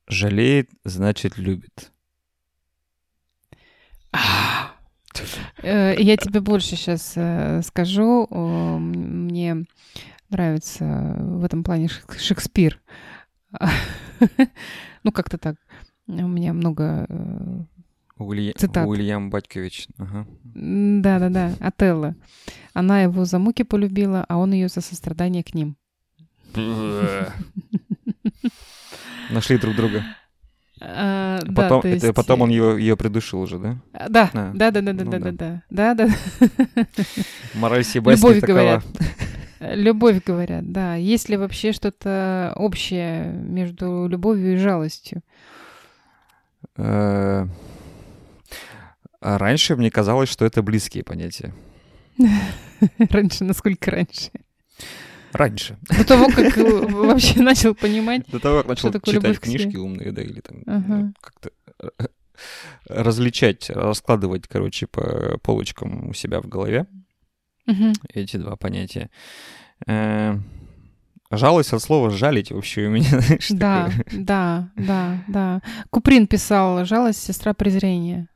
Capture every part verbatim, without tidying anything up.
жалеет, значит, любит. Я тебе больше сейчас скажу. Мне нравится в этом плане Шекспир. Ну, как-то так. У меня много Уилья... цитат. Уильям Батькович. Ага. Да-да-да, Отелло. Она его за муки полюбила, а он ее за сострадание к ним. Нашли друг друга. А, потом, да, то есть... это, потом он ее, ее придушил уже, да? Да, а, да, да, да, да, ну, да, да. да, да, да. Мораль сей басни Любовь, такова. говорят. Любовь, говорят, да. Есть ли вообще что-то общее между любовью и жалостью? Раньше мне казалось, что это близкие понятия. Раньше, насколько раньше? Раньше. До того, как вообще начал понимать, До того, как начал такое читать любовь к книжки себе. умные, да, или там Ага. ну, как-то различать, раскладывать, короче, по полочкам у себя в голове Угу. эти два понятия. Э, Жалость от слова «жалить» вообще у меня, знаешь, Да, такое. да, да, да. Куприн писал «Жалость, сестра презрения».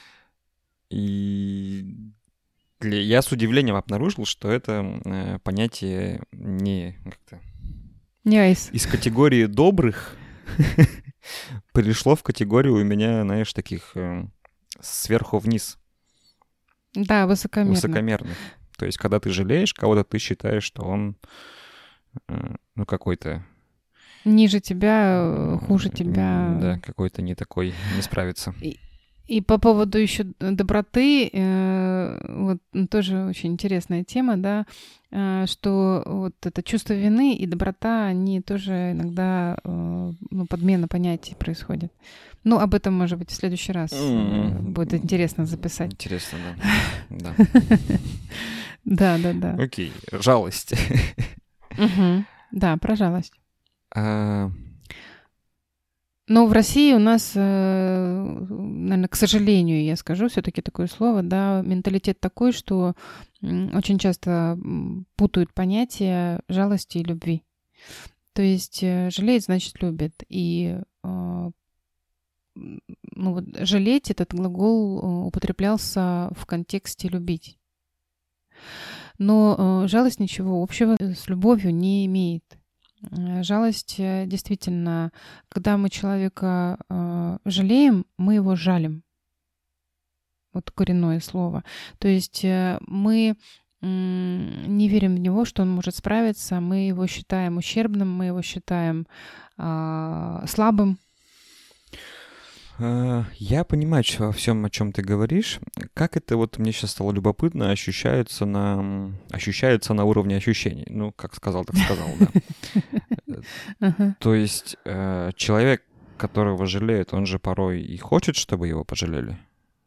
И для- я с удивлением обнаружил, что это э, понятие не как-то Не айс. из категории добрых перешло в категорию у меня, знаешь, таких э, сверху вниз, Да, высокомерно. высокомерных. То есть, когда ты жалеешь кого-то, ты считаешь, что он э, ну какой-то Ниже тебя, э, хуже тебя. м, да, какой-то не такой, не справится. И по поводу еще доброты, э, вот ну, тоже очень интересная тема, да, э, что вот это чувство вины и доброта, они тоже иногда, э, ну, подмена понятий происходит. Ну, об этом, может быть, в следующий раз э, М. будет интересно записать. Интересно, да. Да. Да, да, да. Окей, жалость. Мгм. Да, про жалость. А, Но в России у нас, наверное, к сожалению, я скажу все-таки такое слово, да, менталитет такой, что м, очень часто м, путают понятия жалости и любви. То есть э, жалеет, значит, любит. И э, м, ну, вот, жалеть, этот глагол э, употреблялся в контексте любить. Но э, жалость ничего общего с любовью не имеет. Э, Жалость э, действительно, когда мы человека э, жалеем, мы его жалим. Вот коренное слово. То есть э, мы м, не верим в него, что он может справиться, мы его считаем ущербным, мы его считаем а, слабым. а, Я понимаю чё- во всем, о чем ты говоришь. Как это вот мне сейчас стало любопытно, ощущается на м, ощущается на уровне ощущений. Ну, как сказал, так сказал, да. Ага. То есть э, человек, которого жалеют, он же порой и хочет, чтобы его пожалели.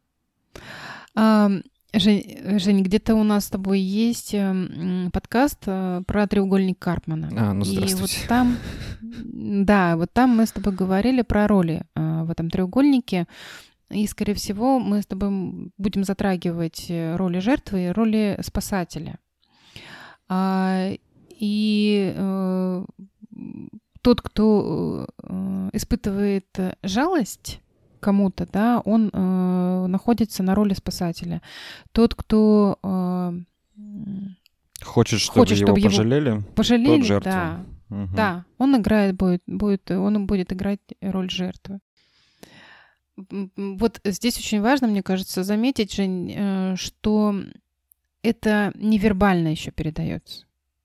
А, Жень, Жень, где-то у нас с тобой есть м, подкаст э, про треугольник Карпмана. А, ну И здравствуйте. вот там, да, вот там мы с тобой говорили про роли э, в этом треугольнике. И, скорее всего, мы с тобой м- будем затрагивать э, роли жертвы и роли спасателя. А, И э, тот, кто э, испытывает э, жалость кому-то, да, он э, находится на роли спасателя. Тот, кто э, м, Хочет, чтобы хочет, его чтобы его пожалели, тот пожалели, жертва. да, Мгм. да, он играет, будет, будет, он будет играть роль жертвы. М, м, Вот здесь очень важно, мне кажется, заметить, Жень, э, что это невербально еще передается.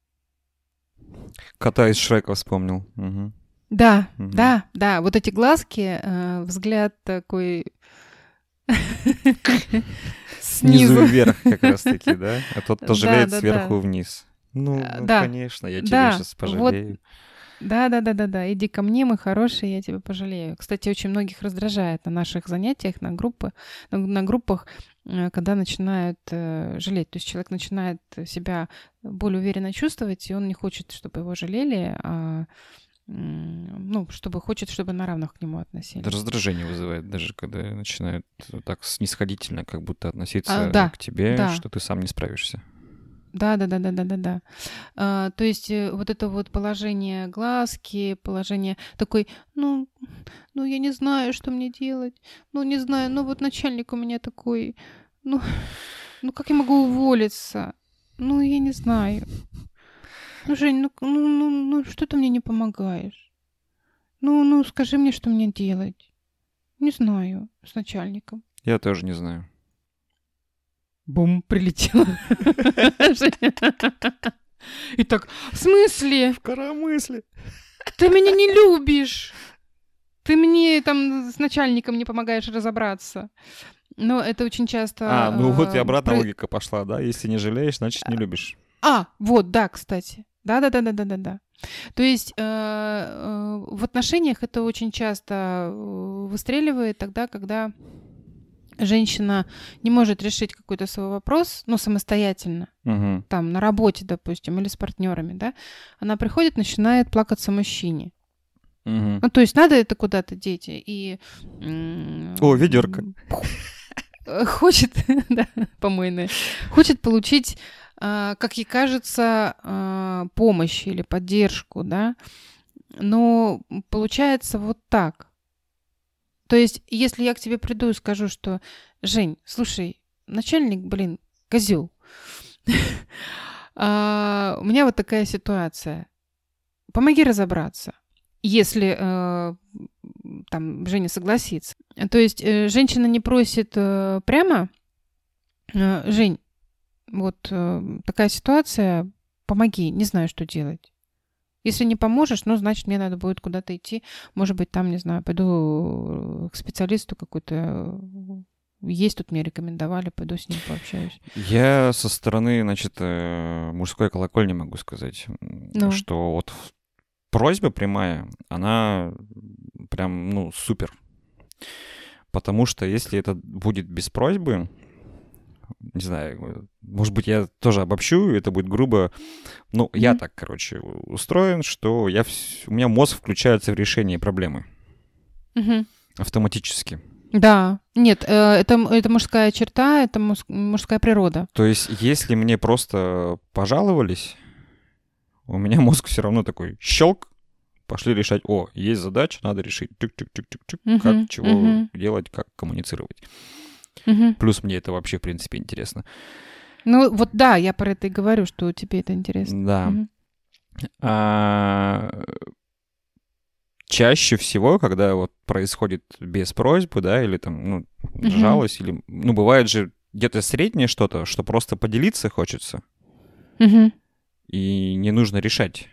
Кота из Шрека вспомнил. Мгм. Да, Мгм. да, да, вот эти глазки, э, взгляд такой Снизу снизу. вверх как раз-таки, да? А тот, кто Да, жалеет, да, сверху да. вниз. Ну, Э, ну, Да, конечно, я тебя да, сейчас вот, пожалею. да, да, да, да, да. Иди ко мне, мой хороший, я тебя пожалею. Кстати, очень многих раздражает на наших занятиях, на группы, на, на группах, э, когда начинают э, жалеть. То есть человек начинает себя более уверенно чувствовать, и он не хочет, чтобы его жалели, а м, ну, чтобы хочет, чтобы на равных к нему Это относились. раздражение вызывает, даже когда начинают так снисходительно как будто относиться А, да, к тебе, да. что ты сам не справишься. Да, да, да, да, да, да, да. А, то есть э, вот это вот положение глазки, положение такой, ну, ну, я не знаю, что мне делать. Ну, не знаю, ну вот начальник у меня такой, ну, ну как я могу уволиться? Ну, я не знаю. Ну, Жень, ну, ну, ну, ну что ты мне не помогаешь? Ну, ну, скажи мне, что мне делать. Не знаю, с начальником. Я тоже не знаю. Бум, прилетело. И так, в смысле? В коромысле. Ты меня не любишь. Ты мне там с начальником не помогаешь разобраться. Но это очень часто... А, ну вот и э, обратная про- логика пошла, да? Если не жалеешь, значит не любишь. А, вот, да, кстати. Да-да-да-да-да-да. То есть э, э, в отношениях это очень часто э, выстреливает тогда, когда женщина не может решить какой-то свой вопрос, ну, самостоятельно, Угу. там, на работе, допустим, или с партнерами, да, она приходит, начинает плакаться мужчине. Угу. Ну, то есть надо это куда-то деть, и... м, О, ведерко. Хочет, да, помойное, хочет получить, а, как ей кажется, а, помощь или поддержку, да, но получается вот так. То есть, если я к тебе приду и скажу, что, Жень, слушай, начальник, блин, козел, а, у меня вот такая ситуация, помоги разобраться, если э, там Женя согласится. То есть э, женщина не просит э, прямо, э, Жень, вот э, такая ситуация, помоги, не знаю, что делать. Если не поможешь, ну, значит, мне надо будет куда-то идти. Может быть, там, не знаю, пойду к специалисту какой-то. Есть тут, мне рекомендовали, пойду с ним пообщаюсь. Я со стороны, значит, э, мужской колокольни могу сказать, м, Ну. что вот просьба прямая, она прям, ну, супер. Потому что если это будет без просьбы, не знаю, может быть, я тоже обобщу, это будет грубо. Ну, я Мгм. так, короче, устроен, что я вс- у меня мозг включается в решение проблемы Мгм. автоматически. Да, нет, э, это, м- это мужская черта, это мус- мужская природа. То есть, если мне просто пожаловались, у меня мозг все равно такой щелк, пошли решать, о, есть задача, надо решить, тюк-тюк-тюк-тюк-тюк, Мгм, как, чего мгм. делать, как коммуницировать. Мгм. Плюс мне это вообще, в принципе, интересно. Ну, вот да, я про это и говорю, что тебе это интересно. Да. Мгм. А, чаще всего, когда вот происходит без просьбы, да, или там, ну, Мгм. жалость, или, ну, бывает же где-то среднее что-то, что просто поделиться хочется, Мгм. и не нужно решать.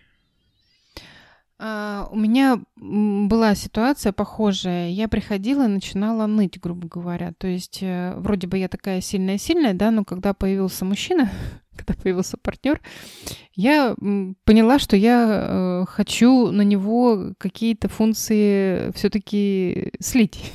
А, у меня м, была ситуация похожая. Я приходила и начинала ныть, грубо говоря. То есть э, вроде бы я такая сильная-сильная, да, но когда появился мужчина, когда появился партнер, я м, поняла, что я э, хочу на него какие-то функции все-таки слить.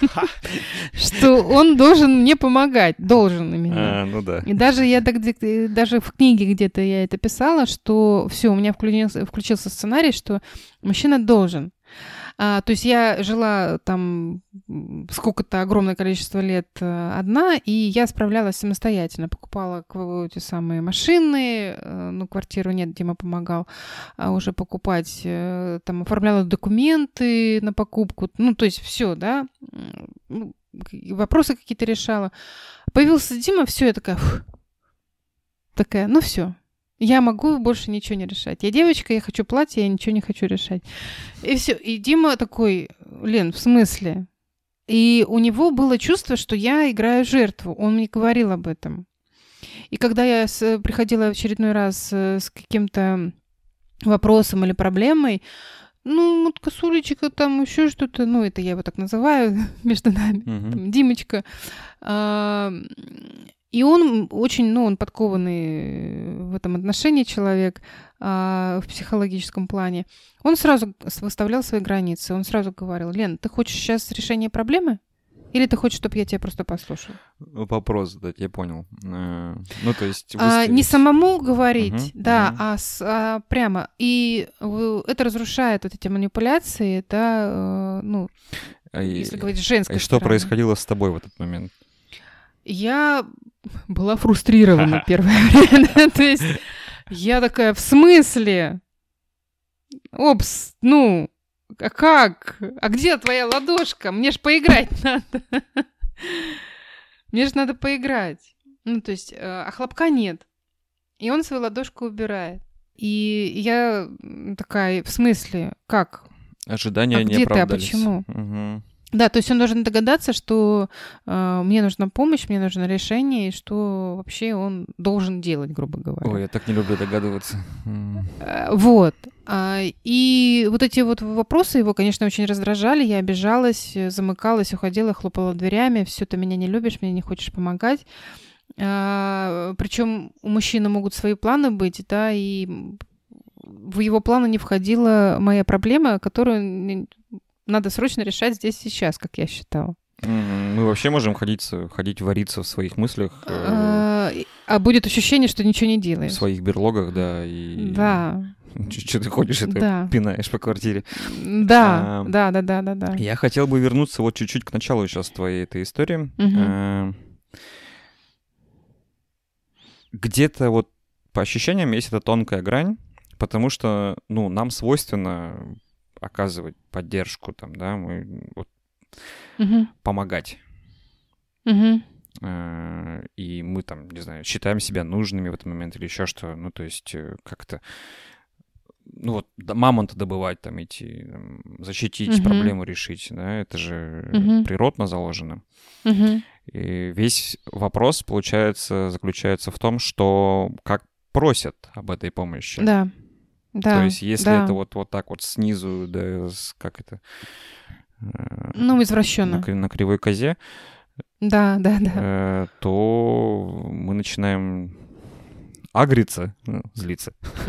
Что он должен мне помогать, должен именно. А, ну да. И даже я так где- даже в книге где-то я это писала, что все, у меня включился, включился сценарий, что мужчина должен. А, то есть я жила там м, сколько-то огромное количество лет э, одна, и я справлялась самостоятельно. Покупала к- эти самые машины, э, ну, квартиру нет, Дима помогал а, уже покупать, э, там, оформляла документы на покупку, ну, то есть все, да, М, ну, к- вопросы какие-то решала. Появился Дима, все, я такая, «Фух». такая, ну все, я могу больше ничего не решать. Я девочка, я хочу платье, я ничего не хочу решать. И все. И Дима такой, Лен, в смысле? И у него было чувство, что я играю жертву. Он мне говорил об этом. И когда я с- приходила в очередной раз э, с каким-то вопросом или проблемой, ну, вот косулечка там, еще что-то, ну, это я его так называю между нами, Мгм. там, Димочка. А, И он очень, ну, он подкованный в этом отношении человек а, в психологическом плане. Он сразу с- выставлял свои границы. Он сразу говорил, Лен, ты хочешь сейчас решение проблемы? Или ты хочешь, чтобы я тебя просто послушал? Вопрос задать, я понял. Э, Ну, то есть А, не выставить- самому говорить, Мгм, да, мгм. а, с- а прямо. И э, это разрушает вот эти манипуляции, да, э, ну, А и- если говорить с а женской и что стороны. происходило с тобой в этот момент? я была фрустрирована первое время. То есть я такая, в смысле? Опс, ну, а как? А где твоя ладошка? Мне ж поиграть надо. Мне же надо поиграть. Ну, то есть, а хлопка нет. И он свою ладошку убирает. И я такая, в смысле, как? Ожидания а не где ты, а оправдались. почему? Угу. Да, то есть он должен догадаться, что э, мне нужна помощь, мне нужно решение, и что вообще он должен делать, грубо говоря. Ой, я так не люблю догадываться. Э, вот. А, и вот эти вот вопросы его, конечно, очень раздражали. Я обижалась, замыкалась, уходила, хлопала дверями. Все, ты меня не любишь, мне не хочешь помогать. А, причем у мужчины могут свои планы быть, да, и в его планы не входила моя проблема, которую надо срочно решать здесь сейчас, как я считала. Мы вообще можем ходить, ходить вариться в своих мыслях. А, а будет ощущение, что ничего не делаешь. В своих берлогах, да. И... Да. Что ты ходишь, это да. пинаешь по квартире. Да, а, да, да, да, да, да. Я хотел бы вернуться вот чуть-чуть к началу сейчас твоей этой истории. Угу. А, где-то вот по ощущениям есть эта тонкая грань, потому что, ну, нам свойственно оказывать поддержку, там, да, мы вот, угу. помогать. Угу. И мы там, не знаю, считаем себя нужными в этот момент или еще что. Ну, то есть как-то, ну вот, мамонта добывать, там, идти, там, защитить, uh-huh. проблему решить, да, это же uh-huh. природно заложено. Uh-huh. И весь вопрос, получается, заключается в том, что как просят об этой помощи. Да. Да, то есть если да. это вот, вот так вот снизу, да, как это... Ну, извращенно. На, на кривой козе, да, да, да. Э, то мы начинаем агриться, ну, злиться.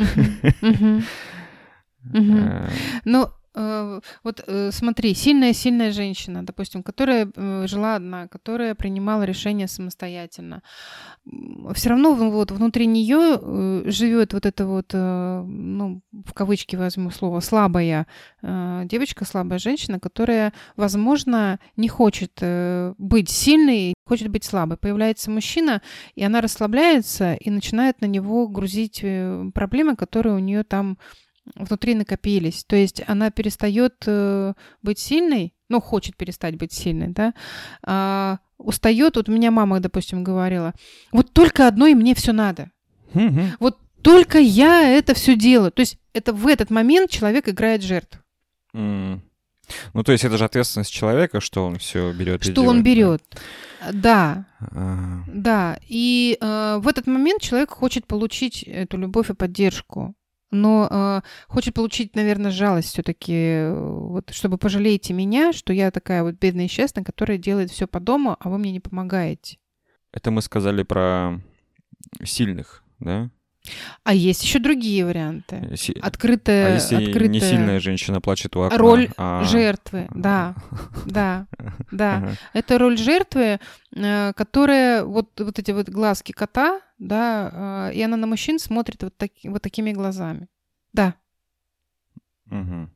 Ну, вот смотри, сильная-сильная женщина, допустим, которая жила одна, которая принимала решения самостоятельно, все равно вот внутри нее живет вот эта вот, ну, в кавычки возьму слово, слабая девочка, слабая женщина, которая, возможно, не хочет быть сильной, хочет быть слабой. Появляется мужчина, и она расслабляется и начинает на него грузить проблемы, которые у нее там внутри накопились. То есть она перестает э, быть сильной, ну, хочет перестать быть сильной, да, а, устает. Вот у меня мама, допустим, говорила, вот только одно и мне все надо. Mm-hmm. Вот только я это все делаю. То есть это в этот момент человек играет жертву. Mm. Ну, то есть это же ответственность человека, что он все берет и Что делает, он берет. Да, а... да. И э, в этот момент человек хочет получить эту любовь и поддержку. Но э, хочет получить, наверное, жалость все-таки, вот, чтобы пожалейте меня, что я такая вот бедная и несчастная, которая делает все по дому, а вы мне не помогаете. Это мы сказали про сильных, да? А есть еще другие варианты. Си... Открытая, а если открытая... не сильная женщина плачет у окна? Роль а... жертвы, да, да, да. Это роль жертвы, которая вот, вот эти вот глазки кота, да, и она на мужчин смотрит вот, так, вот такими глазами. Да. Угу.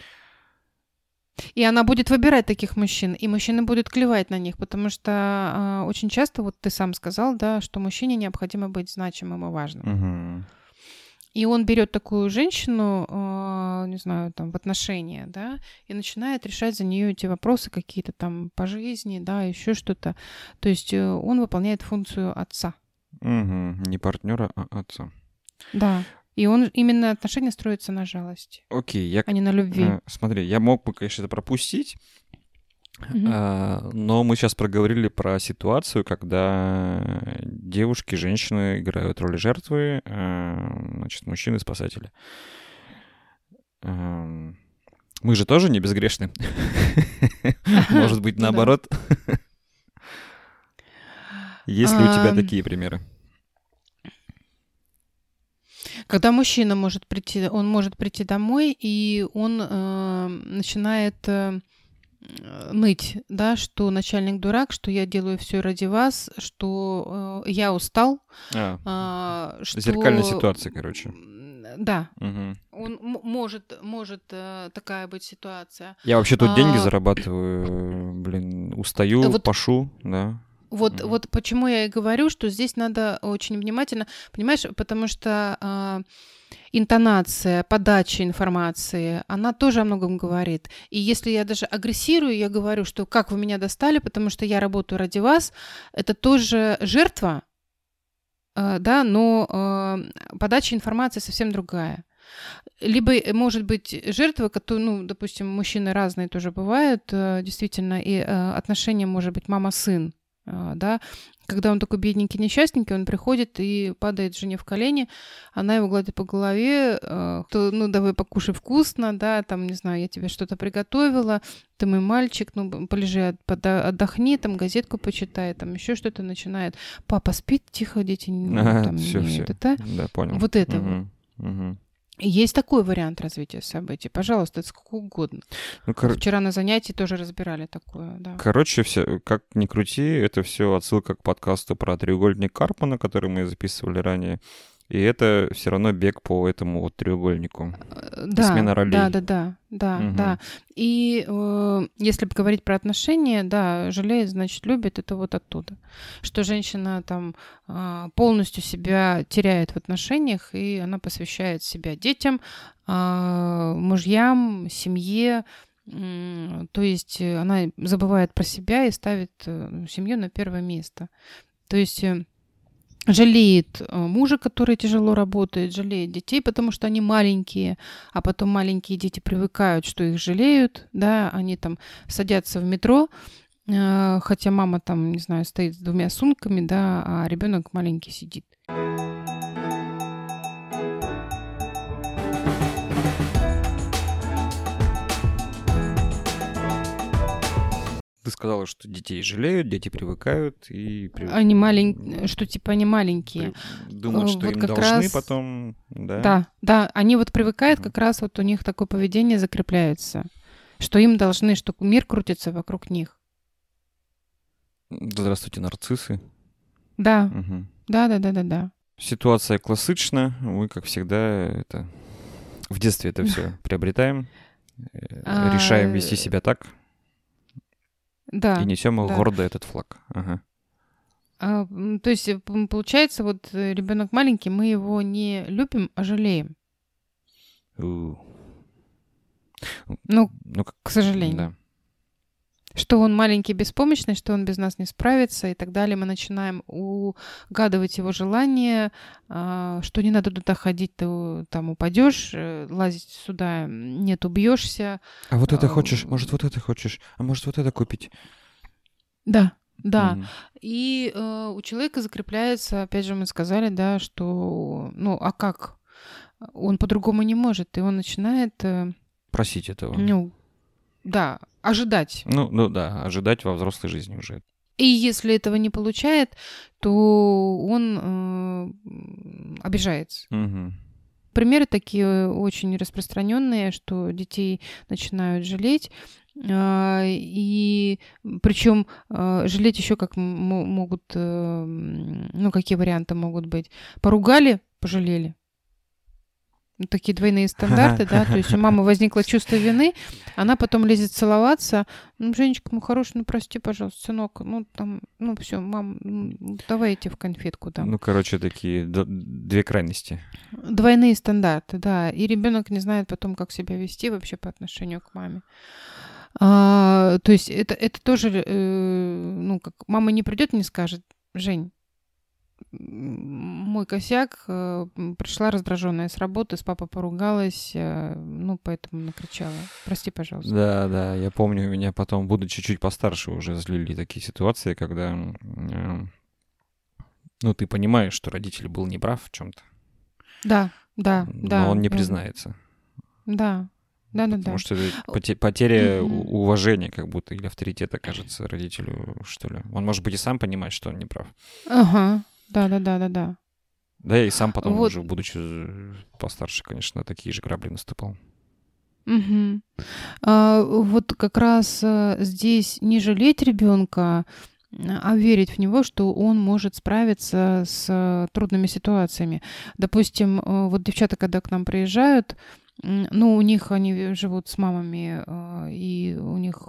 И она будет выбирать таких мужчин, и мужчины будут клевать на них, потому что э, очень часто, вот ты сам сказал, да, что мужчине необходимо быть значимым и важным. Угу. И он берет такую женщину, э, не знаю, там, в отношения, да, и начинает решать за нее эти вопросы какие-то там по жизни, да, еще что-то. То есть э, он выполняет функцию отца. Угу. Не партнера, а отца. Да. И он именно отношения строятся на жалости, Окей, я... а не на любви. Э, смотри, я мог бы, конечно, это пропустить, Угу. э, но мы сейчас проговорили про ситуацию, когда девушки, женщины играют роль жертвы, э, значит, мужчины — спасатели. Э, мы же тоже не безгрешны. Может быть, наоборот. Есть ли у тебя такие примеры? Когда мужчина может прийти, он может прийти домой, и он э, начинает э, ныть, да, что начальник дурак, что я делаю все ради вас, что э, я устал. А, э, что... Зеркальная ситуация, короче. Да. Угу. Он м- может, может э, такая быть ситуация. Я вообще тут а... деньги зарабатываю, блин, устаю, вот... пашу, да. Вот, Мгм. вот почему я и говорю, что здесь надо очень внимательно, понимаешь, потому что а, интонация, подача информации, она тоже о многом говорит. И если я даже агрессирую, я говорю, что как вы меня достали, потому что я работаю ради вас, это тоже жертва, а, да, но а, подача информации совсем другая. Либо э, может быть жертва, которая, ну, допустим, мужчины разные тоже бывают, э, действительно, и э, отношения может быть мама-сын, э, да, когда он такой бедненький, несчастненький, он приходит и падает жене в колени, она его гладит по голове, э, то, ну, давай покушай вкусно, да, там, не знаю, я тебе что-то приготовила, ты мой мальчик, ну, полежи, пода- отдохни, там, газетку почитай, там, еще что-то начинает. Папа спит, тихо, дети, ну, там, Все, не- все. это, Да, понял. вот это вот. Мгм. Мгм. Есть такой вариант развития событий. Пожалуйста, это сколько угодно. Ну, кор- Вчера на занятии тоже разбирали такое, да. Короче, все, как ни крути, это все отсылка к подкасту про треугольник Карпмана, который мы записывали ранее. И это все равно бег по этому вот треугольнику. Э, Да, смена ролей. да, да, да, да, Мгм. да. И э, если бы говорить про отношения, да, жалеет, значит, любит, это вот оттуда. Что женщина там а, полностью себя теряет в отношениях, и она посвящает себя детям, а, мужьям, семье. М, То есть э, она забывает про себя и ставит э, семью на первое место. То есть э, жалеет э, мужа, который тяжело работает, жалеет детей, потому что они маленькие, а потом маленькие дети привыкают, что их жалеют, да, они там садятся в метро, э, хотя мама там, не знаю, стоит с двумя сумками, да, а ребенок маленький сидит. Ты сказала, что детей жалеют, дети привыкают и при- Они маленькие, что типа они маленькие. при- думают, Э, что вот им как должны раз- потом, да? Да, да, они вот привыкают, Мгм. как раз вот у них такое поведение закрепляется, что им должны, что мир крутится вокруг них. Здравствуйте, нарциссы. Да, Мгм. да, да, да, да, да. Ситуация классична. Мы, как всегда, это в детстве это все приобретаем, э, А, решаем вести себя так Да. и несем да. гордо этот флаг. Ага. А, м, то есть, э, м, получается, вот ребенок маленький, мы его не любим, а жалеем. У. Ну, Ну, как- к сожалению. да. Что он маленький, беспомощный, что он без нас не справится и так далее. Мы начинаем угадывать его желания, а, что не надо туда ходить, ты там упадешь, э, лазить сюда нет, убьешься. А вот это А, хочешь, может, вот это хочешь, а может, вот это купить? Да, да. Мгм. И э, у человека закрепляется, опять же, мы сказали, да, что, ну, а как? Он по-другому не может, и он начинает, э, Просить этого. ну, да, ожидать. Ну, ну да, ожидать во взрослой жизни уже. И если этого не получает, то он э, м, обижается. Мгм. Примеры такие очень распространенные, что детей начинают жалеть. а, И причем жалеть еще как м- могут, э, м, ну, какие варианты могут быть. Поругали, пожалели. Ну, такие двойные стандарты, да, то есть у мамы возникло чувство вины, она потом лезет целоваться, ну, Женечка, мой хороший, ну, прости, пожалуйста, сынок, ну, там, ну, все, мам, м, давай я тебе в конфетку дам. Ну, короче, такие д- две крайности. Двойные стандарты, да, и ребенок не знает потом, как себя вести вообще по отношению к маме. А, то есть это, это тоже, э, ну, как мама не придет и не скажет, Жень, м, мой косяк, э, м, пришла раздраженная с работы, с папой поругалась, э, ну, поэтому накричала. Прости, пожалуйста. Да, да, я помню, меня потом, будучи чуть постарше, уже злили такие ситуации, когда, м, ну, ты понимаешь, что родитель был неправ в чем-то, Да, да, но да. он не да, признается. Да, да, да, Потому да. что это поте- потеря Мгм. у- уважения как будто или авторитета, кажется, родителю, что ли. Он, может быть, и сам понимает, что он неправ. Ага, да, да, да, да, да. Да, и сам потом Вот. уже, будучи э, постарше, конечно, на такие же грабли наступал. Мгм. А, вот как раз э, здесь не жалеть ребенка, а верить в него, что он может справиться с э, трудными ситуациями. Допустим, э, вот девчата, когда к нам приезжают, м, ну, у них они живут с мамами, э, и у них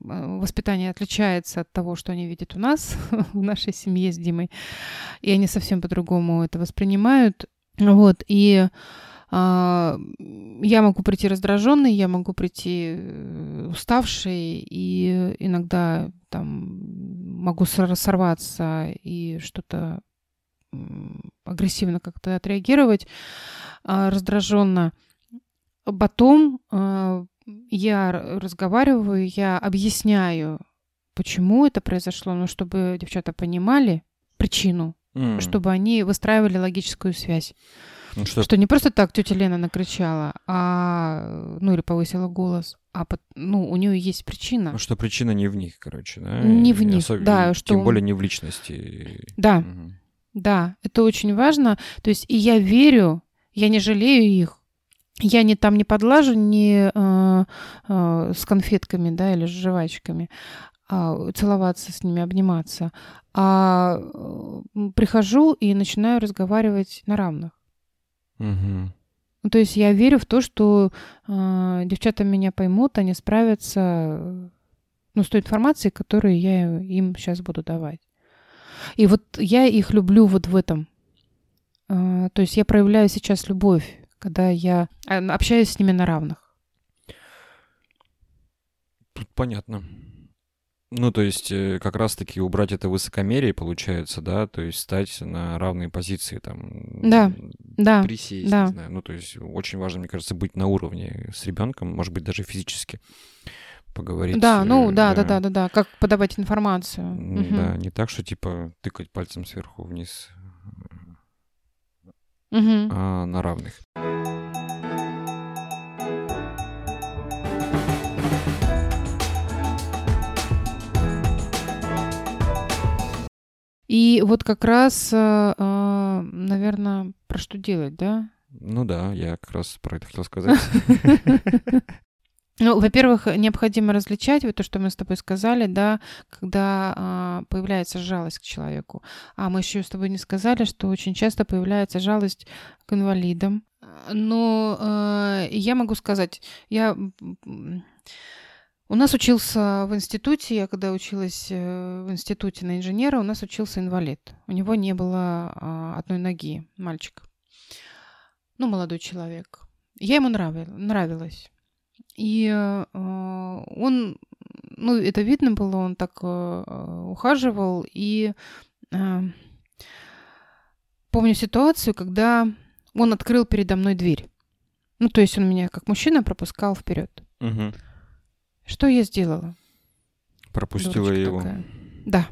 воспитание отличается от того, что они видят у нас в нашей семье с Димой, и они совсем по-другому это воспринимают. Вот, и а, я могу прийти раздраженной, я могу прийти уставшей, и иногда там могу сорваться и что-то агрессивно как-то отреагировать, а, раздраженно. Потом а, я разговариваю, я объясняю, почему это произошло, но чтобы девчата понимали причину, М. чтобы они выстраивали логическую связь. Ну, что, Что не просто так тетя Лена накричала, а, ну, или повысила голос, а, пот- ну, у нее есть причина. ну, что причина не в них, короче, да? Не в И них, особ- да, и что Тем он- более не в личности. Да, Мгм. да, это очень важно. То есть и я верю, я не жалею их, я не там не подлажу, не э, э, с конфетками, да, или с жвачками, а, целоваться с ними, обниматься, а э, прихожу и начинаю разговаривать на равных. Мгм. Ну, то есть я верю в то, что э, девчата меня поймут, они справятся, э, ну, с той информацией, которую я им сейчас буду давать. И вот я их люблю вот в этом. Э, то есть я проявляю сейчас любовь, когда я э, общаюсь с ними на равных. Тут понятно. Ну, то есть, э, как раз-таки убрать это высокомерие, получается, да, то есть стать на равные позиции, там, Да, м, да, присесть, да. не знаю. Ну, то есть, очень важно, мне кажется, быть на уровне с ребенком, может быть, даже физически поговорить. Да, ну э, да, да, да, да, да. Как подавать информацию. М, Мгм. Да, не так, что, типа, тыкать пальцем сверху вниз, Мгм. а на равных. И вот как раз, наверное, про что делать, да? Ну да, я как раз про это хотел сказать. Ну, во-первых, необходимо различать вот то, что мы с тобой сказали, да, когда а, появляется жалость к человеку. А мы еще с тобой не сказали, что очень часто появляется жалость к инвалидам. Но э, я могу сказать, я м, у нас учился в институте, я когда училась э, в институте на инженера, у нас учился инвалид. У него не было а, одной ноги, мальчик. Ну, молодой человек. Я ему нравил, нравилась. И э, он, ну, это видно было, он так э, ухаживал. И э, помню ситуацию, когда он открыл передо мной дверь. Ну, то есть он меня как мужчина пропускал вперед. Мгм. Что я сделала? Пропустила Дурочка его. такая. Да.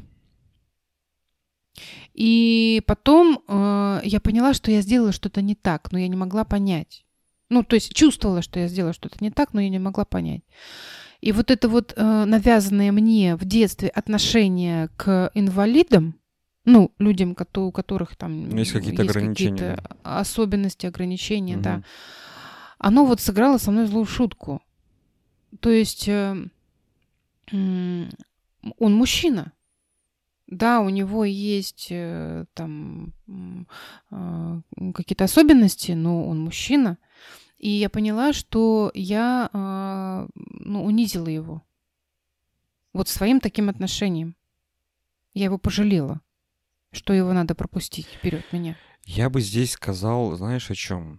И потом э, я поняла, что я сделала что-то не так, но я не могла понять. Ну, то есть чувствовала, что я сделала что-то не так, но я не могла понять. И вот это вот э, навязанное мне в детстве отношение к инвалидам, ну, людям, кото- у которых там Есть какие-то ограничения. какие-то особенности, ограничения, да, Мгм. оно вот сыграло со мной злую шутку. То есть э, м, он мужчина. Да, у него есть э, там м, а, какие-то особенности, но он мужчина. И я поняла, что я а, ну, унизила его. Вот своим таким отношением. Я его пожалела, что его надо пропустить вперед меня. Я бы здесь сказал, знаешь, о чем?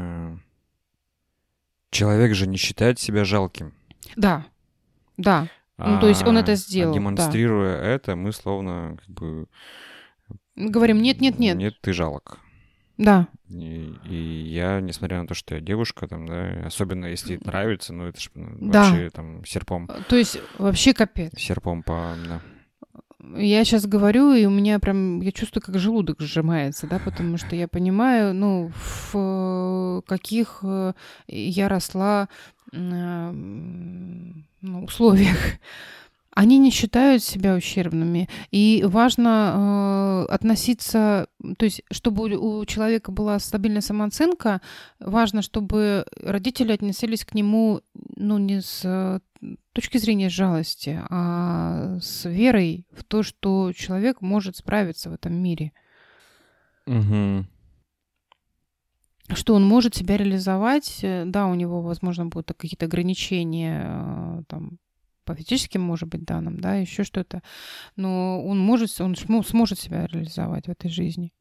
Человек же не считает себя жалким. Да, да. Ну, то есть он это А- сделал, А да. демонстрируя это, мы словно как бы... Говорим, нет, нет, нет. Нет, ты жалок. Да, И, и я, несмотря на то, что я девушка, там, да, особенно если это нравится, ну это ж ну, Да. вообще там серпом, то есть вообще капец. серпом по... Да. Я сейчас говорю, и у меня прям, я чувствую, как желудок сжимается, да, потому что я понимаю, ну, в э, каких э, я росла э, м, ну, условиях. Они не считают себя ущербными. И важно э, относиться, то есть, чтобы у, у человека была стабильная самооценка, важно, чтобы родители относились к нему, ну, не с э, точки зрения жалости, а с верой в то, что человек может справиться в этом мире, Мгм. что он может себя реализовать. Э, Да, у него, возможно, будут какие-то ограничения, э, там, по физическим, может быть, данным, да, еще что-то. Но он может, он сможет себя реализовать в этой жизни.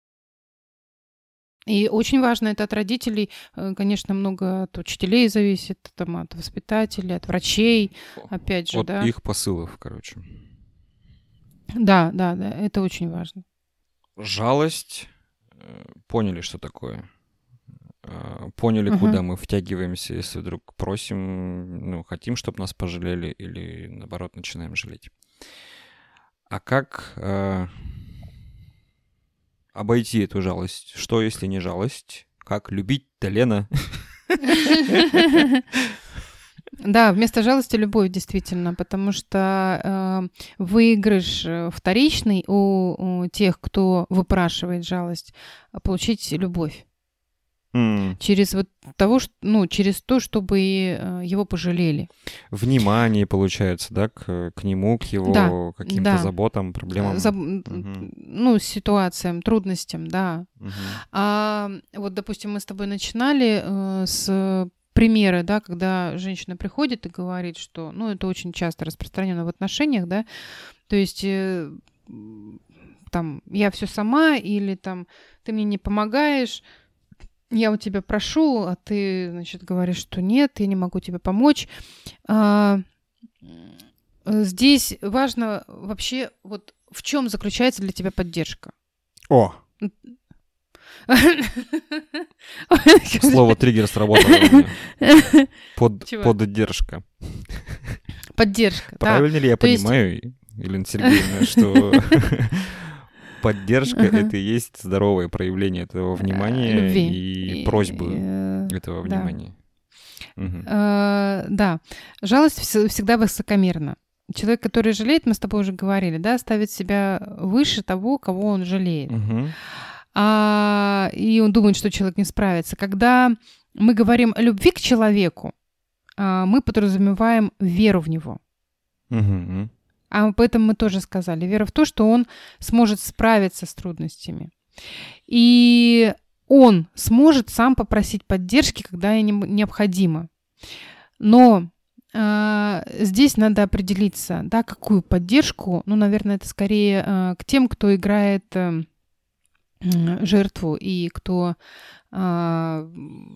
И очень важно это от родителей, конечно, много от учителей зависит, там, от воспитателей, от врачей, опять же, от да. их посылов, короче. Да, да, да, это очень важно. Жалость. Поняли, что такое. Поняли, uh-huh. куда мы втягиваемся, если вдруг просим, ну, хотим, чтобы нас пожалели, или, наоборот, начинаем жалеть. А как э, обойти эту жалость? Что, если не жалость? Как любить-то, Лена? Да, вместо жалости любовь, действительно, потому что э, выигрыш вторичный у, у тех, кто выпрашивает жалость, получить любовь. Mm. Через вот того, что, ну, через то, чтобы его пожалели. Внимание, получается, да, к, к нему, к его да, каким-то да. заботам, проблемам. Заб... Uh-huh. Ну, ситуациям, трудностям, да. Uh-huh. А вот, допустим, мы с тобой начинали э, с примера, да, когда женщина приходит и говорит, что, ну, это очень часто распространено в отношениях, да, то есть э, там я все сама, или там ты мне не помогаешь, я у тебя прошу, а ты, значит, говоришь, что нет, я не могу тебе помочь. А, здесь важно вообще, вот в чем заключается для тебя поддержка. О! Слово триггер сработало у меня. Под, поддержка. Поддержка, Правильно да. ли я То понимаю, есть... Елена Сергеевна, что... Поддержка uh-huh. это и есть здоровое проявление этого внимания любви и, и просьбы uh, этого да. внимания. Uh-huh. Uh, да, жалость всегда высокомерна. Человек, который жалеет, мы с тобой уже говорили, да, ставит себя выше того, кого он жалеет. Uh-huh. А, и он думает, что человек не справится. Когда мы говорим о любви к человеку, мы подразумеваем веру в него. Uh-huh. А об этом мы тоже сказали. Вера в то, что он сможет справиться с трудностями. И он сможет сам попросить поддержки, когда необходимо. Но э, здесь надо определиться, да, какую поддержку. Ну, наверное, это скорее э, к тем, кто играет э, жертву и кто э,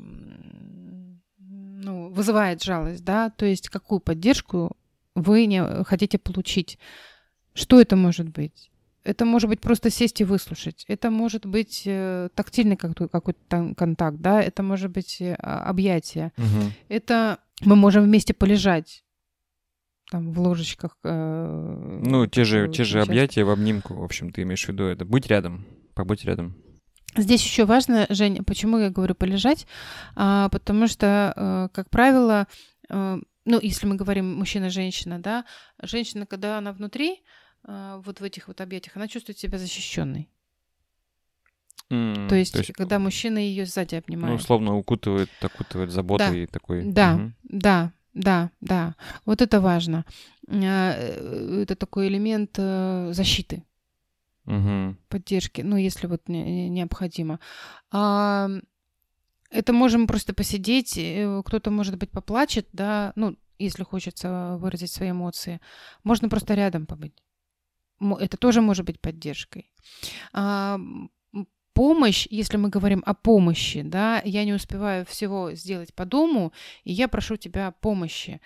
ну, вызывает жалость, да, то есть какую поддержку вы не хотите получить. Что это может быть? Это может быть просто сесть и выслушать. Это может быть э, тактильный какой-то, какой-то контакт, да? Это может быть э, объятие. Угу. Это мы можем вместе полежать там в ложечках. Э, ну, те же, те же объятия в обнимку, в общем, ты имеешь в виду это. Быть рядом, побыть рядом. Здесь еще важно, Жень, почему я говорю полежать? А, потому что, э, как правило, э, ну, если мы говорим мужчина-женщина, да, женщина, когда она внутри, э, вот в этих вот объятиях, она чувствует себя защищенной. Mm, то, есть, то есть, когда мужчина ее сзади обнимает. Ну, условно укутывает, окутывает заботой да. и такой. Да, угу. да, да, да. Вот это важно. Это такой элемент защиты, угу. поддержки, ну, если вот необходимо. А это можем просто посидеть, кто-то, может быть, поплачет, да, ну, если хочется выразить свои эмоции. Можно просто рядом побыть. Это тоже может быть поддержкой. А, помощь, если мы говорим о помощи, да, я не успеваю всего сделать по дому, и я прошу тебя помощи.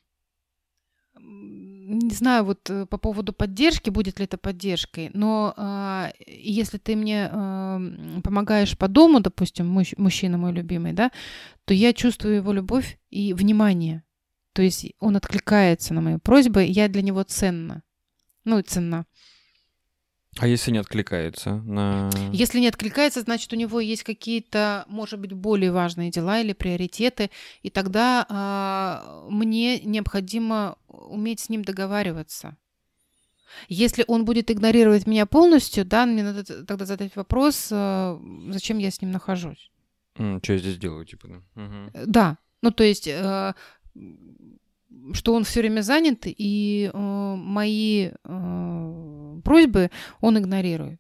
Не знаю, вот по поводу поддержки, будет ли это поддержкой, но э, если ты мне э, помогаешь по дому, допустим, муж, мужчина мой любимый, да, то я чувствую его любовь и внимание. То есть он откликается на мои просьбы, я для него ценна. Ну и ценна. А если не откликается на... Если не откликается, значит, у него есть какие-то, может быть, более важные дела или приоритеты, и тогда а, мне необходимо уметь с ним договариваться. Если он будет игнорировать меня полностью, да, мне надо тогда задать вопрос, а, зачем я с ним нахожусь. Mm, что я здесь делаю, типа, да? Угу. Да, ну то есть... А, что он все время занят, и э, мои э, просьбы он игнорирует.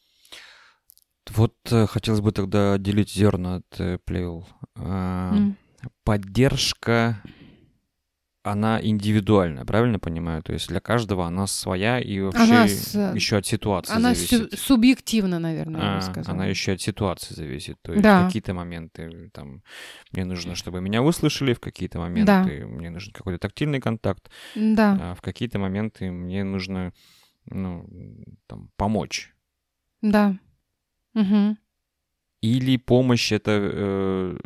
Вот э, хотелось бы тогда отделить зерна от э, плевел. А, mm. поддержка, она индивидуальна, правильно понимаю? То есть для каждого она своя и вообще Она с- еще от ситуации Она су- зависит. субъективна, наверное, я бы А, сказала. она еще от ситуации зависит. То есть в Да, какие-то моменты там мне нужно, чтобы меня услышали, в какие-то да, моменты мне нужен какой-то тактильный контакт, да, а в какие-то моменты мне нужно, ну, там, помочь. да. Мгм. Или помощь это э,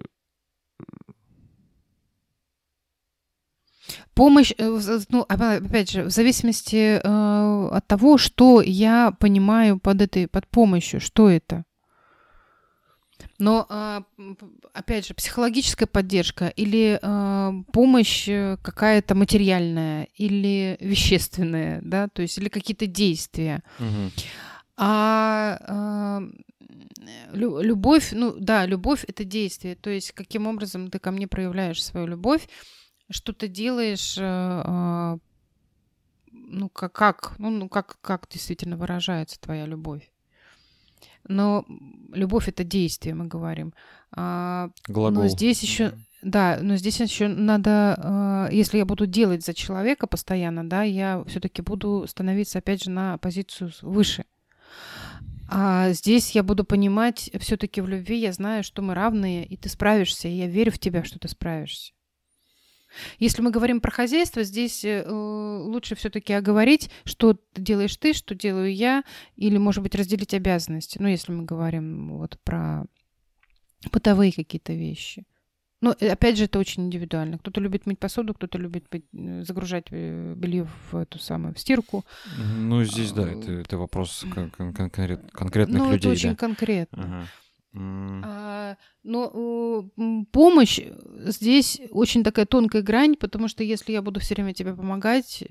Помощь, э, в з- ну, опа- опять же, в зависимости э, от того, что я понимаю под этой, под помощью, что это. Но, а, м, п- опять же, психологическая поддержка или а, помощь э, какая-то материальная или вещественная, да, то есть или какие-то действия. мгм. А а, лю- любовь, ну да, любовь — это действие. То есть каким образом ты ко мне проявляешь свою любовь, что ты делаешь, э, а, ну как, как, ну, ну как, как действительно выражается твоя любовь. Но любовь — это действие, мы говорим. А, Но Глагол. здесь еще, Мгм. да, но здесь еще надо, а, если я буду делать за человека постоянно, да, я все-таки буду становиться, опять же, на позицию с- выше. А здесь я буду понимать, все-таки в любви я знаю, что мы равные, и ты справишься, и я верю в тебя, что ты справишься. Если мы говорим про хозяйство, здесь э, лучше все-таки оговорить, что делаешь ты, что делаю я, или, может быть, разделить обязанности. Ну, если мы говорим вот про бытовые какие-то вещи. Но э, опять же, это очень индивидуально. Кто-то любит мыть посуду, кто-то любит быть, э, загружать э, белье в эту самую в стирку. Ну, здесь, да, это, А, это вопрос кон- кон- конкрет- конкретных Ну, это людей, очень да. конкретно. Ага. М, А, Но э, м, помощь здесь очень такая тонкая грань, потому что если я буду все время тебе помогать,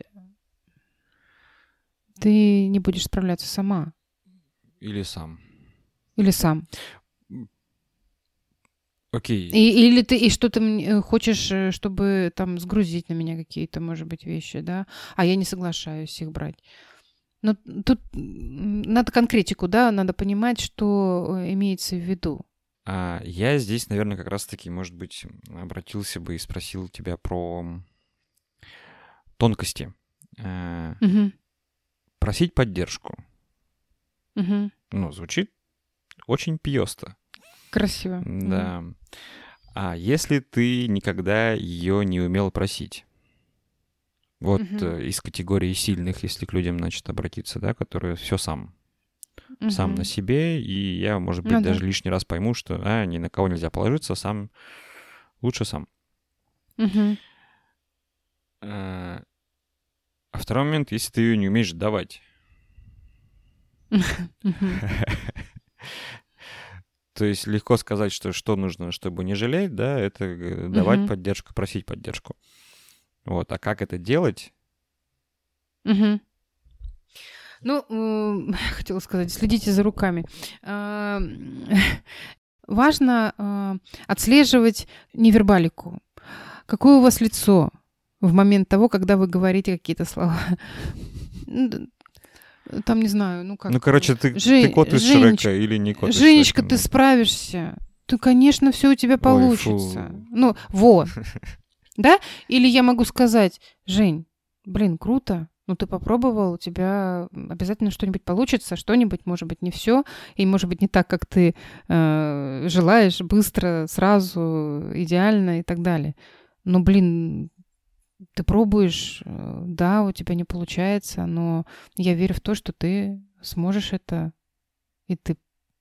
ты не будешь справляться сама Или сам. или сам. М, Окей. И, или ты и что ты мне хочешь, э, чтобы там сгрузить на меня какие-то, может быть, вещи, да, а я не соглашаюсь их брать. Но тут м, надо конкретику, да, надо понимать, что э, имеется в виду. А я здесь, наверное, как раз-таки, может быть, обратился бы и спросил тебя про м, тонкости. Э, Мгм, Просить поддержку. мгм. Ну, звучит очень пьёсто. Красиво. Мгм. Да. А если ты никогда ее не умел просить? Вот Мгм, э, из категории сильных, если к людям, значит, обратиться, да, которые все сам, сам на мгм. себе, и я, может быть, Ну да. даже лишний раз пойму, что а, ни на кого нельзя положиться, сам лучше сам. Мгм, А а второй момент, если ты ее не умеешь давать. мгм, То есть легко сказать, что что нужно, чтобы не жалеть, да, это э, давать мгм, поддержку, просить поддержку. Вот, а как это делать? мгм. Ну, м, хотела сказать, следите за руками. А, Важно а, отслеживать невербалику. Какое у вас лицо в момент того, когда вы говорите какие-то слова? Н- д- Там, не знаю, ну как... Ну, короче, ты, ты Жень, кот из Женечка, Шрека или не кот из Женечка, Шрека? ты Ну. справишься. Ты, конечно, все у тебя Ой, получится. фу. Ну, вот, да? Или я могу сказать, Жень, блин, круто, ну ты попробовал, у тебя обязательно что-нибудь получится, что-нибудь, может быть, не все, и может быть не так, как ты э, желаешь, быстро, сразу, идеально и так далее. Но, блин, ты пробуешь, э, да, у тебя не получается, но я верю в то, что ты сможешь это, и ты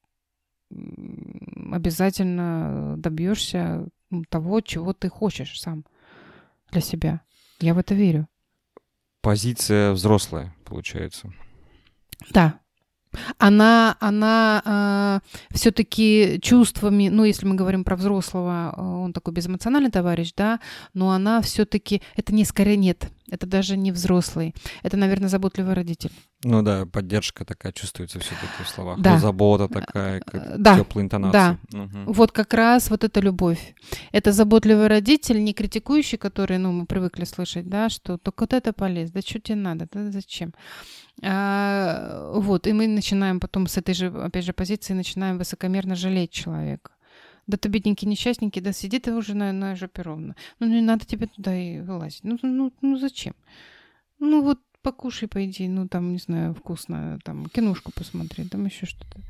м, обязательно добьешься того, чего ты хочешь сам для себя. Я в это верю. Позиция взрослая, получается. Да. Она, она все-таки чувствами, ну, если мы говорим про взрослого, а, он такой безэмоциональный товарищ, да, но она все-таки, это не скорее нет, это даже не взрослый, это, наверное, заботливый родитель. Ну да, поддержка такая чувствуется все-таки в словах. Ну, Да, забота такая, как э, да, теплые интонации. да. Мгм. Вот как раз вот эта любовь. Это заботливый родитель, не критикующий, который, ну, мы привыкли слышать, да, что только вот это полез, да что тебе надо, да зачем? А, вот, и мы начинаем потом с этой же, опять же, позиции начинаем высокомерно жалеть человека. Да ты бедненький, несчастненький, да сиди ты уже на, на жопе ровно. Ну, не надо тебе туда и вылазить. Ну, ну, ну зачем? Ну, вот покушай, пойди, ну, там, не знаю, вкусно, там, киношку посмотри, там еще что-то.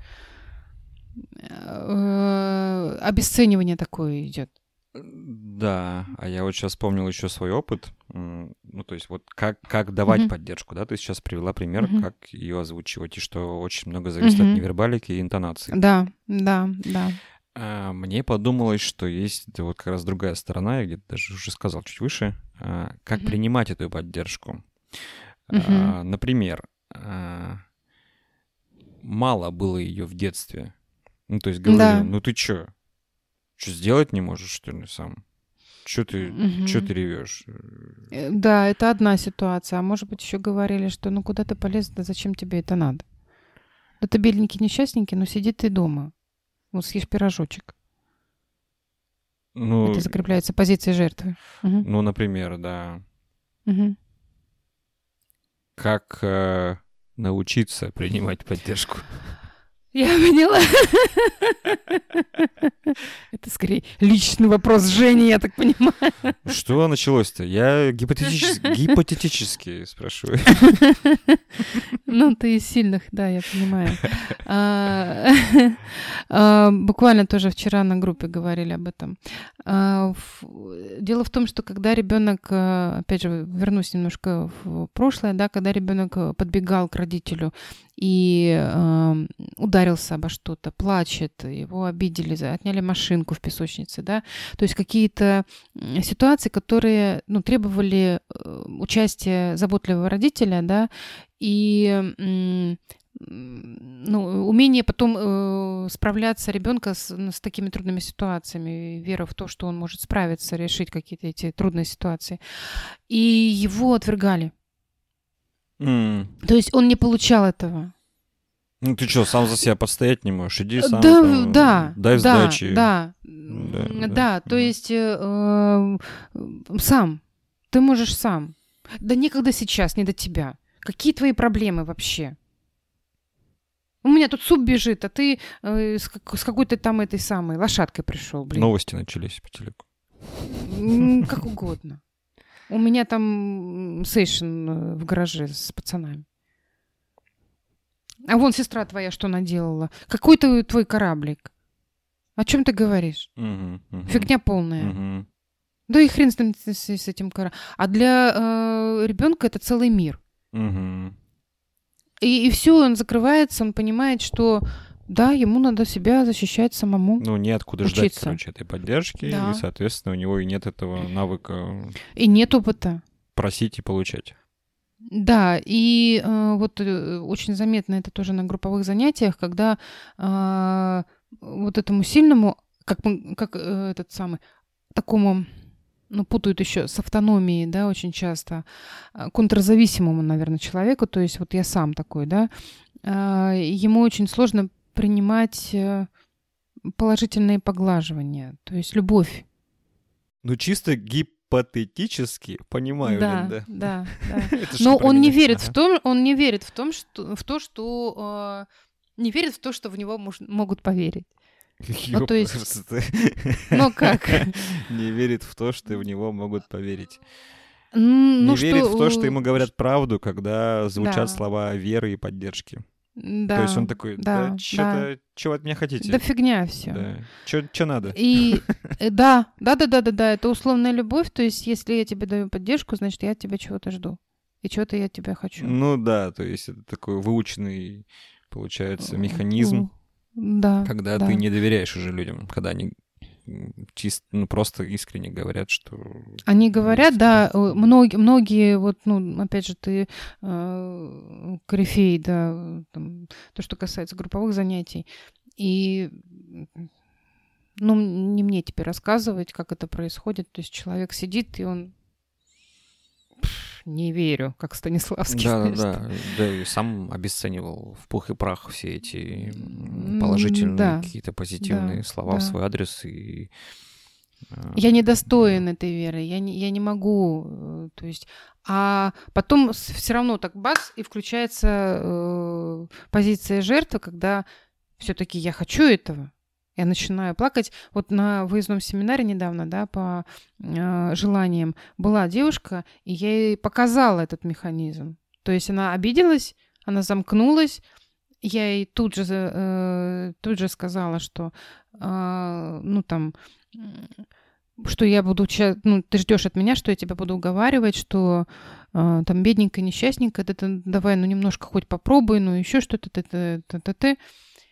Обесценивание такое идет. Да, а я вот сейчас вспомнил еще свой опыт. Ну, то есть вот как, как давать uh-huh. поддержку, да? Ты сейчас привела пример, uh-huh. как ее озвучивать, и что очень много зависит uh-huh. от невербалики и интонации. Да, да, да. А, мне подумалось, что есть вот как раз другая сторона, я где-то даже уже сказал чуть выше, а, как uh-huh. принимать эту поддержку. Uh-huh. А, например, а, мало было ее в детстве. Ну, то есть говорили, да. ну ты чё? Что, сделать не можешь, что ли, сам? Что ты, угу. Чё ты ревешь? Да, это одна ситуация. А может быть, еще говорили, что ну куда ты полез, да зачем тебе это надо? Да ты бедненький, несчастненький, но сиди ты дома. Вот съешь пирожочек. Ну, это закрепляется позицией жертвы. Угу. Ну, например, да. Угу. Как э, научиться принимать поддержку? Я поняла. Это скорее личный вопрос Жени, я так понимаю. Что началось-то? Я гипотетически, гипотетически спрашиваю. Ну, ты из сильных, да, я понимаю. А, а, буквально тоже вчера на группе говорили об этом. А, в, дело в том, что когда ребенок, опять же, вернусь немножко в прошлое, да, когда ребенок подбегал к родителю и э, ударился обо что-то, плачет, его обидели, отняли машинку в песочнице, да, то есть какие-то ситуации, которые, ну, требовали участия заботливого родителя, да, и э, ну, умение потом э, справляться ребенка с, с такими трудными ситуациями, вера в то, что он может справиться, решить какие-то эти трудные ситуации, и его отвергали. Mm. То есть он не получал этого. Ну ты что, сам за себя постоять не можешь? Иди сам, да, там, да, дай да, сдачи. Да, да, да, да, да, то да. есть э, сам, ты можешь сам. Да некогда сейчас, не до тебя. Какие твои проблемы вообще? У меня тут суп бежит, а ты э, с, с какой-то там этой самой лошадкой пришел, блин. Новости начались по телеку. Как угодно. У меня там сейшн в гараже с пацанами. А вон сестра твоя что наделала? Какой ты твой кораблик? О чем ты говоришь? Uh-huh, uh-huh. Фигня полная. Uh-huh. Да и хрен с, с, с этим кораблем. А для э, ребенка это целый мир. Uh-huh. И, и все, он закрывается, он понимает, что да, ему надо себя защищать самому. Ну, неоткуда учиться. ждать, короче, этой поддержки, да. И, соответственно, у него и нет этого навыка. И нет опыта. Просить и получать. Да, и э, вот э, очень заметно это тоже на групповых занятиях, когда э, вот этому сильному, как, как э, этот самый, такому, ну, путают еще с автономией, да, очень часто, контрзависимому, наверное, человеку, то есть вот я сам такой, да, э, ему очень сложно принимать положительные поглаживания, то есть любовь. Ну, чисто гипотетически понимаю, да, Линда. Да, да. Но он не верит в том, он не верит в том, что в то, что э, не верит в то, что в него мож, могут поверить. Ну, то есть, ну как? Не верит в то, что в него могут поверить. Ну, не что... верит в то, что ему говорят правду, когда звучат да. слова веры и поддержки. Да, то есть он такой, да, да что-то, да. Что вы от меня хотите? Да фигня все. Да. Что надо? И да, да, да, да, да, да, это условная любовь, то есть если я тебе даю поддержку, значит, я от тебя чего-то жду. И чего-то я от тебя хочу. Ну да, то есть это такой выученный, получается, механизм, да, когда да. ты не доверяешь уже людям, когда они чисто, ну, просто искренне говорят, что... Они говорят, да, многие, многие, вот, ну, опять же, ты э, корифей, да, там, то, что касается групповых занятий, и, ну, не мне теперь рассказывать, как это происходит, то есть человек сидит, и он... Не верю, как Станиславский. Да, знаешь, да, да, да, и сам обесценивал в пух и прах все эти положительные, да, какие-то позитивные да, слова да. в свой адрес. И, я недостоин да. этой веры, я не, я не могу, то есть, а потом все равно так бац, и включается э, позиция жертвы, когда все-таки я хочу этого, Я начинаю плакать. Вот на выездном семинаре недавно, да, по э, желаниям была девушка, и я ей показала этот механизм. То есть она обиделась, она замкнулась. Я ей тут же, э, тут же сказала, что, э, ну, там, что я буду, ну, ты ждешь от меня, что я тебя буду уговаривать, что э, там бедненькая, несчастненькая, это, это, давай, ну, немножко хоть попробуй, ну, еще что-то, т т т т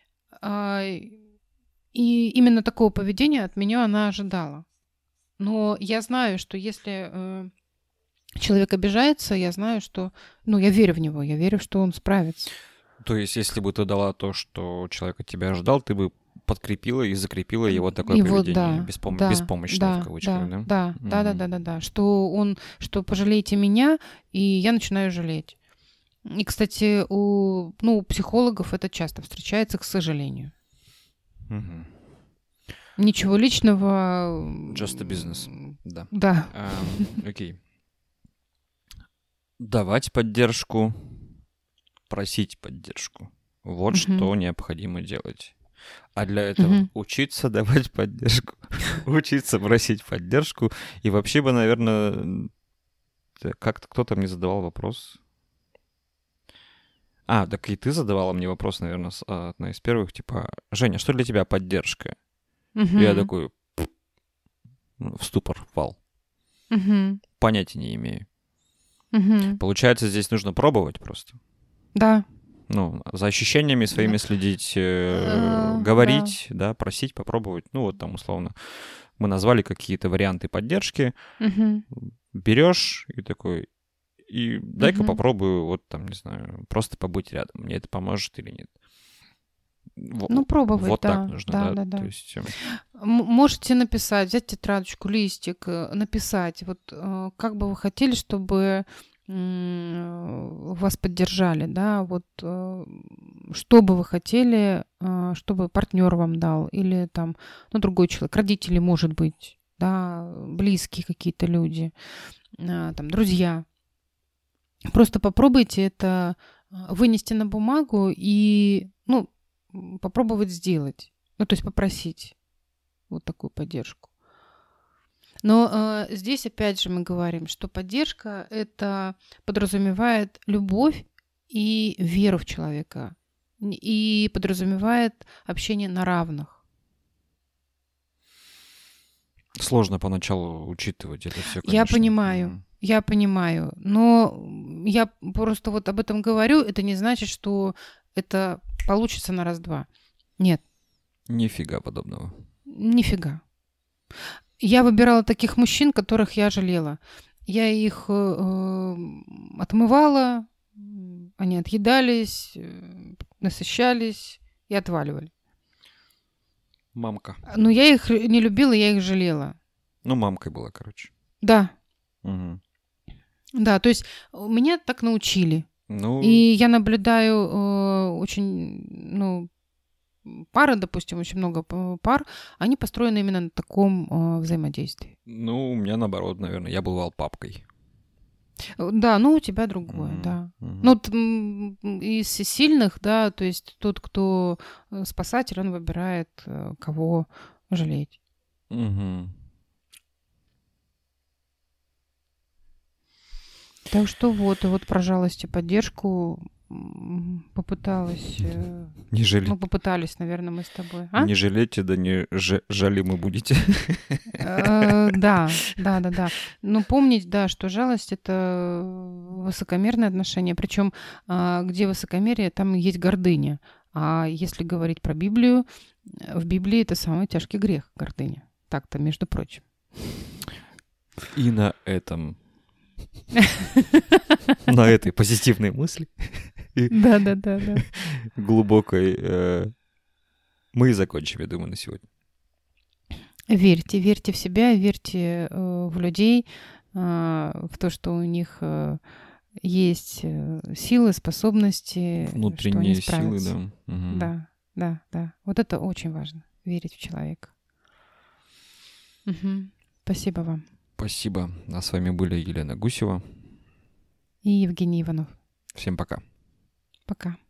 И именно такого поведения от меня она ожидала. Но я знаю, что если э, человек обижается, я знаю, что, ну, я верю в него, я верю, что он справится. То есть, если бы ты дала то, что человек от тебя ожидал, ты бы подкрепила и закрепила его такое его, поведение, да, беспом... да, беспомощное, да, в кавычках, да? да? Да, Угу. да, да, да, да, да, что он, что пожалейте меня, и я начинаю жалеть. И, кстати, у, ну, у психологов это часто встречается, к сожалению. Угу. Ничего личного. Just a business, да. Да. Um, окей. Давать поддержку, просить поддержку. Вот uh-huh. что необходимо делать. А для этого uh-huh. учиться давать поддержку, учиться просить поддержку. И вообще бы, наверное, как-то кто-то мне задавал вопрос. А, так и ты задавала мне вопрос, наверное, одна из первых, типа, Женя, что для тебя поддержка? Uh-huh. И я такой в ступор впал. Uh-huh. Понятия не имею. Uh-huh. Получается, здесь нужно пробовать просто. Да. Ну, за ощущениями своими да. следить, э, говорить, да. да, просить, попробовать. Ну, вот там, условно, мы назвали какие-то варианты поддержки. Uh-huh. Берешь и такой, и дай-ка uh-huh. попробую, вот там, не знаю, просто побыть рядом. Мне это поможет или нет? Ну, пробовать, вот да. так нужно, да, да? да, да. То есть... Можете написать, взять тетрадочку, листик, написать, вот как бы вы хотели, чтобы вас поддержали, да, вот что бы вы хотели, чтобы партнер вам дал, или там, ну, другой человек, родители, может быть, да, близкие какие-то люди, там, друзья. Просто попробуйте это вынести на бумагу и, ну, попробовать сделать, ну, то есть попросить вот такую поддержку. Но э, здесь опять же мы говорим, что поддержка это подразумевает любовь и веру в человека, и подразумевает общение на равных. Сложно поначалу учитывать это все, конечно. Я понимаю, mm. я понимаю, но я просто вот об этом говорю, это не значит, что это получится на раз-два. Нет. Нифига подобного. Нифига. Я выбирала таких мужчин, которых я жалела. Я их э, отмывала, они отъедались, э, насыщались и отваливали. Мамка. Но я их не любила, я их жалела. Ну, мамкой была, короче. Да. Угу. Да, то есть меня так научили. Ну... И я наблюдаю э, очень, ну, пары, допустим, очень много пар, они построены именно на таком э, взаимодействии. Ну, у меня наоборот, наверное, я бывал папкой. Да, ну у тебя другое, mm-hmm. да. Mm-hmm. Ну, из сильных, да, то есть тот, кто спасатель, он выбирает, кого жалеть. Mm-hmm. Так что вот, и вот про жалость и поддержку попыталась... Не жалеть. Ну, попытались, наверное, мы с тобой. А? Не жалейте, да не ж- жалимы будете. Да, да, да, да. Но помнить, да, что жалость — это высокомерное отношение. Причем, где высокомерие, там есть гордыня. А если говорить про Библию, в Библии это самый тяжкий грех — гордыня. Так-то, между прочим. И на этом... На этой позитивной мысли. Да, да, да, да. Глубокой. Э, мы и закончим, я думаю, на сегодня. Верьте, верьте в себя, верьте э, в людей, э, в то, что у них э, есть силы, способности. Внутренние силы, да. Угу. Да, да, да. Вот это очень важно. Верить в человека. Угу. Спасибо вам. Спасибо. А с вами были Елена Гусева и Евгений Иванов. Всем пока. Пока.